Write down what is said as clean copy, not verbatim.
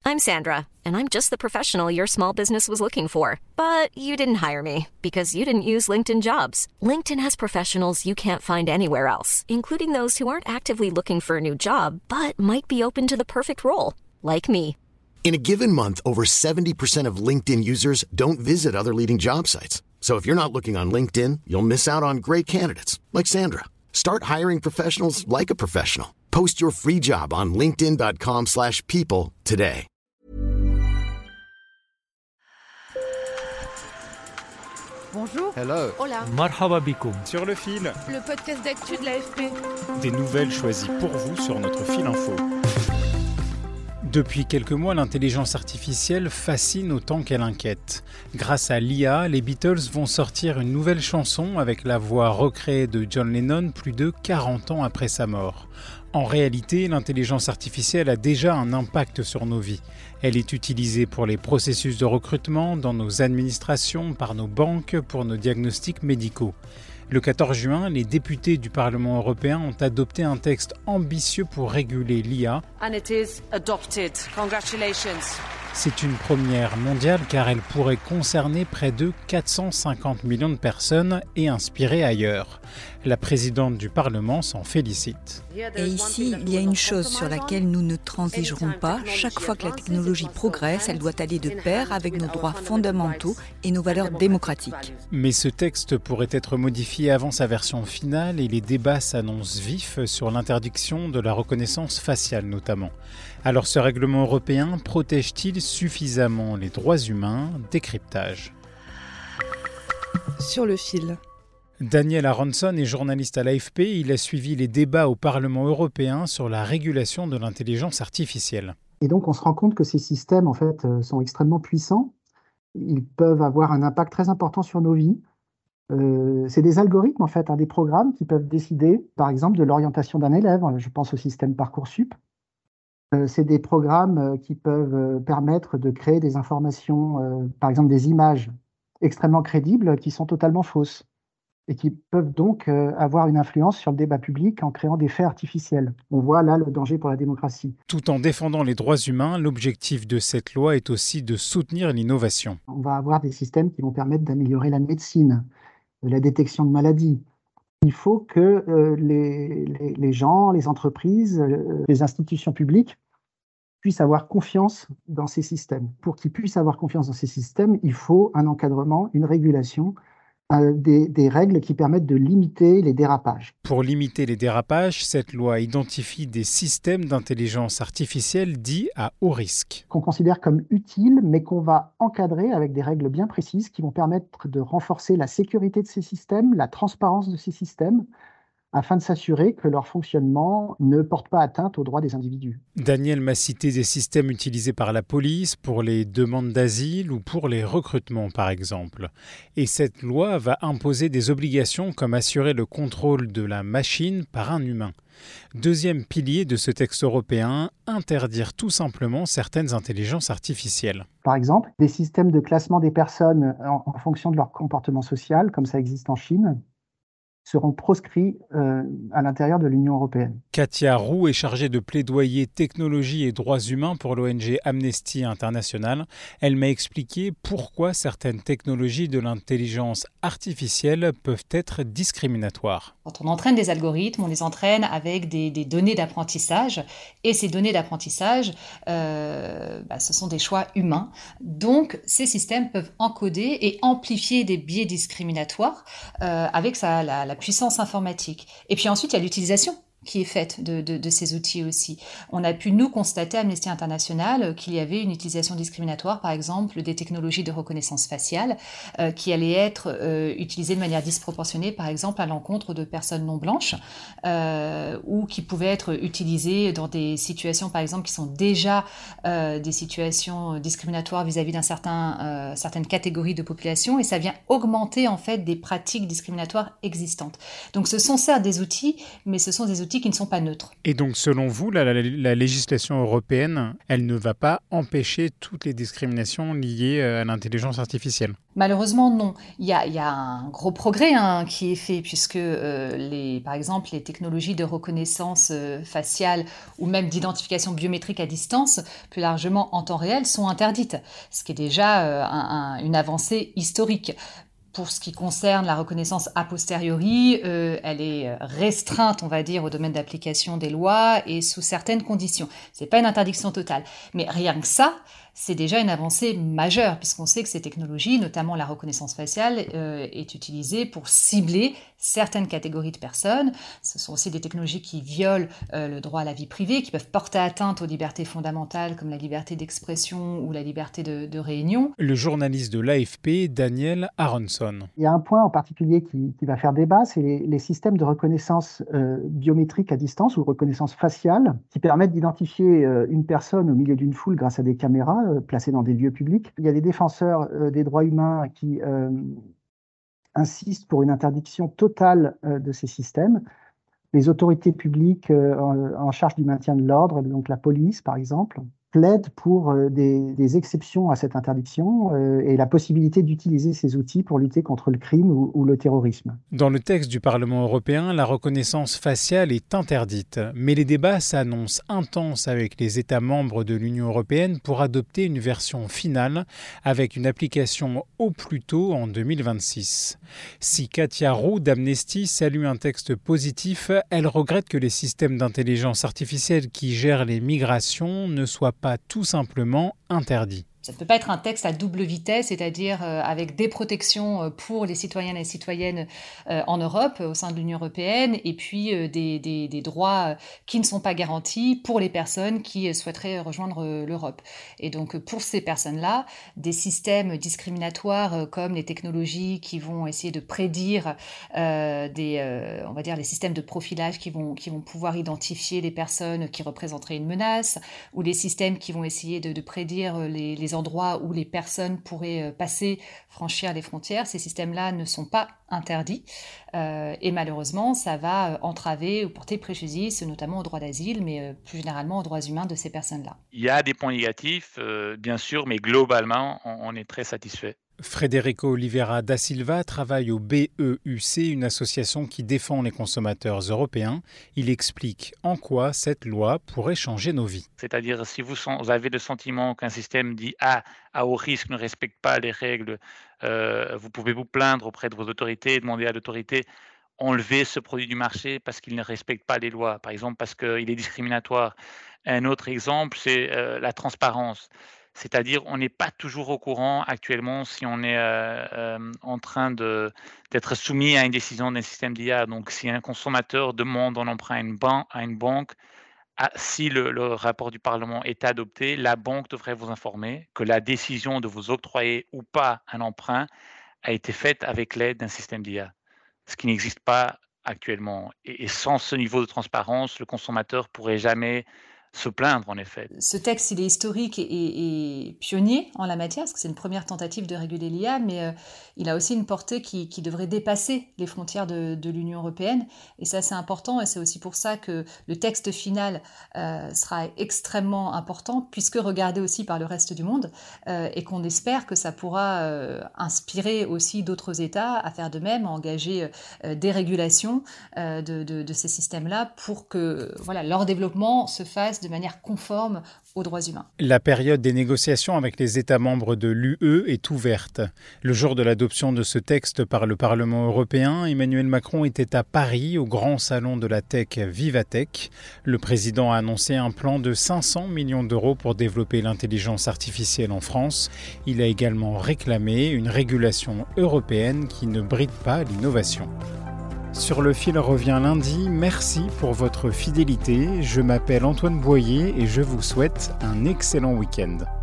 I'm Sandra, and I'm just the professional your small business was looking for. But you didn't hire me because you didn't use LinkedIn Jobs. LinkedIn has professionals you can't find anywhere else, including those who aren't actively looking for a new job, but might be open to the perfect role, like me. In a given month, over 70% of LinkedIn users don't visit other leading job sites. So if you're not looking on LinkedIn, you'll miss out on great candidates like Sandra. Start hiring professionals like a professional. Post your free job on linkedin.com/people today. Bonjour. Hello. Hola. Marhaba bikoum. Sur le fil. Le podcast d'actu de l'AFP. Des nouvelles choisies pour vous sur notre fil info. Depuis quelques mois, l'intelligence artificielle fascine autant qu'elle inquiète. Grâce à l'IA, les Beatles vont sortir une nouvelle chanson avec la voix recréée de John Lennon plus de 40 ans après sa mort. En réalité, l'intelligence artificielle a déjà un impact sur nos vies. Elle est utilisée pour les processus de recrutement, dans nos administrations, par nos banques, pour nos diagnostics médicaux. Le 14 juin, les députés du Parlement européen ont adopté un texte ambitieux pour réguler l'IA. And it is adopted. Congratulations. C'est une première mondiale car elle pourrait concerner près de 450 millions de personnes et inspirer ailleurs. La présidente du Parlement s'en félicite. Et ici, il y a une chose sur laquelle nous ne transigerons pas. Chaque fois que la technologie progresse, elle doit aller de pair avec nos droits fondamentaux et nos valeurs démocratiques. Mais ce texte pourrait être modifié avant sa version finale et les débats s'annoncent vifs sur l'interdiction de la reconnaissance faciale notamment. Alors ce règlement européen protège-t-il suffisamment les droits humains ? Décryptage. Sur le fil. Daniel Aronson est journaliste à l'AFP. Il a suivi les débats au Parlement européen sur la régulation de l'intelligence artificielle. Et donc on se rend compte que ces systèmes en fait, sont extrêmement puissants. Ils peuvent avoir un impact très important sur nos vies. C'est des algorithmes, en fait, des programmes qui peuvent décider, par exemple, de l'orientation d'un élève. Je pense au système Parcoursup. C'est des programmes qui peuvent permettre de créer des informations, par exemple des images extrêmement crédibles qui sont totalement fausses et qui peuvent donc avoir une influence sur le débat public en créant des faits artificiels. On voit là le danger pour la démocratie. Tout en défendant les droits humains, l'objectif de cette loi est aussi de soutenir l'innovation. On va avoir des systèmes qui vont permettre d'améliorer la médecine, la détection de maladies. Il faut que les gens, les entreprises, les institutions publiques puissent avoir confiance dans ces systèmes. Pour qu'ils puissent avoir confiance dans ces systèmes, il faut un encadrement, une régulation, des règles qui permettent de limiter les dérapages. Pour limiter les dérapages, cette loi identifie des systèmes d'intelligence artificielle dits à haut risque. Qu'on considère comme utiles, mais qu'on va encadrer avec des règles bien précises qui vont permettre de renforcer la sécurité de ces systèmes, la transparence de ces systèmes, afin de s'assurer que leur fonctionnement ne porte pas atteinte aux droits des individus. Daniel m'a cité des systèmes utilisés par la police pour les demandes d'asile ou pour les recrutements, par exemple. Et cette loi va imposer des obligations comme assurer le contrôle de la machine par un humain. Deuxième pilier de ce texte européen, interdire tout simplement certaines intelligences artificielles. Par exemple, des systèmes de classement des personnes en fonction de leur comportement social, comme ça existe en Chine, seront proscrits à l'intérieur de l'Union européenne. Katia Roux est chargée de plaidoyer technologie et droits humains pour l'ONG Amnesty International. Elle m'a expliqué pourquoi certaines technologies de l'intelligence artificielle peuvent être discriminatoires. Quand on entraîne des algorithmes, on les entraîne avec des données d'apprentissage. Et ces données d'apprentissage, ce sont des choix humains. Donc, ces systèmes peuvent encoder et amplifier des biais discriminatoires avec la puissance informatique. Et puis ensuite, il y a l'utilisation qui est faite de ces outils aussi. On a pu, nous, constater à Amnesty International qu'il y avait une utilisation discriminatoire, par exemple, des technologies de reconnaissance faciale qui allaient être utilisées de manière disproportionnée, par exemple, à l'encontre de personnes non blanches ou qui pouvaient être utilisées dans des situations, par exemple, qui sont déjà des situations discriminatoires vis-à-vis certaines catégories de population, et ça vient augmenter, en fait, des pratiques discriminatoires existantes. Donc, ce sont certes des outils, mais ce sont des outils outils qui ne sont pas neutres. Et donc, selon vous, la législation européenne, elle ne va pas empêcher toutes les discriminations liées à l'intelligence artificielle? Malheureusement, non. Il y a un gros progrès qui est fait, puisque par exemple, les technologies de reconnaissance faciale ou même d'identification biométrique à distance, plus largement en temps réel, sont interdites, ce qui est déjà une avancée historique. Pour ce qui concerne la reconnaissance a posteriori, elle est restreinte, on va dire, au domaine d'application des lois et sous certaines conditions. C'est pas une interdiction totale, mais rien que ça, c'est déjà une avancée majeure, puisqu'on sait que ces technologies, notamment la reconnaissance faciale, est utilisée pour cibler certaines catégories de personnes. Ce sont aussi des technologies qui violent le droit à la vie privée, qui peuvent porter atteinte aux libertés fondamentales comme la liberté d'expression ou la liberté de réunion. Le journaliste de l'AFP, Daniel Aronson. Il y a un point en particulier qui va faire débat, c'est les systèmes de reconnaissance biométrique à distance ou reconnaissance faciale qui permettent d'identifier une personne au milieu d'une foule grâce à des caméras placées dans des lieux publics. Il y a des défenseurs des droits humains qui insistent pour une interdiction totale de ces systèmes. Les autorités publiques en charge du maintien de l'ordre, donc la police par exemple, plaident pour des exceptions à cette interdiction et la possibilité d'utiliser ces outils pour lutter contre le crime ou le terrorisme. Dans le texte du Parlement européen, la reconnaissance faciale est interdite, mais les débats s'annoncent intenses avec les États membres de l'Union européenne pour adopter une version finale avec une application au plus tôt en 2026. Si Katia Roux d'Amnesty salue un texte positif, elle regrette que les systèmes d'intelligence artificielle qui gèrent les migrations ne soient pas tout simplement interdit. Ça ne peut pas être un texte à double vitesse, c'est-à-dire avec des protections pour les citoyennes et citoyennes en Europe, au sein de l'Union européenne, et puis des droits qui ne sont pas garantis pour les personnes qui souhaiteraient rejoindre l'Europe. Et donc pour ces personnes-là, des systèmes discriminatoires comme les technologies qui vont essayer de prédire on va dire les systèmes de profilage qui vont pouvoir identifier les personnes qui représenteraient une menace, ou les systèmes qui vont essayer de prédire les endroits où les personnes pourraient franchir les frontières, ces systèmes-là ne sont pas interdits. Et malheureusement, ça va entraver ou porter préjudice, notamment au droit d'asile, mais plus généralement aux droits humains de ces personnes-là. Il y a des points négatifs, bien sûr, mais globalement, on est très satisfait. Frederico Oliveira da Silva travaille au BEUC, une association qui défend les consommateurs européens. Il explique en quoi cette loi pourrait changer nos vies. C'est-à-dire, si vous avez le sentiment qu'un système dit à haut risque ne respecte pas les règles, vous pouvez vous plaindre auprès de vos autorités et demander à l'autorité enlever ce produit du marché parce qu'il ne respecte pas les lois, par exemple parce qu'il est discriminatoire. Un autre exemple, c'est la transparence. C'est-à-dire, on n'est pas toujours au courant actuellement si on est en train d'être soumis à une décision d'un système d'IA. Donc, si un consommateur demande un emprunt à une banque, si le rapport du Parlement est adopté, la banque devrait vous informer que la décision de vous octroyer ou pas un emprunt a été faite avec l'aide d'un système d'IA, ce qui n'existe pas actuellement. Et sans ce niveau de transparence, le consommateur ne pourrait jamais se plaindre, en effet. Ce texte, il est historique et pionnier en la matière, parce que c'est une première tentative de réguler l'IA, mais il a aussi une portée qui devrait dépasser les frontières de l'Union européenne. Et ça, c'est important, et c'est aussi pour ça que le texte final sera extrêmement important, puisque regardé aussi par le reste du monde, et qu'on espère que ça pourra inspirer aussi d'autres États à faire de même, à engager des régulations de ces systèmes-là pour que leur développement se fasse de manière conforme aux droits humains. La période des négociations avec les États membres de l'UE est ouverte. Le jour de l'adoption de ce texte par le Parlement européen, Emmanuel Macron était à Paris, au grand salon de la tech Vivatech. Le président a annoncé un plan de 500 millions d'euros pour développer l'intelligence artificielle en France. Il a également réclamé une régulation européenne qui ne bride pas l'innovation. Sur le fil revient lundi. Merci pour votre fidélité. Je m'appelle Antoine Boyer et je vous souhaite un excellent week-end.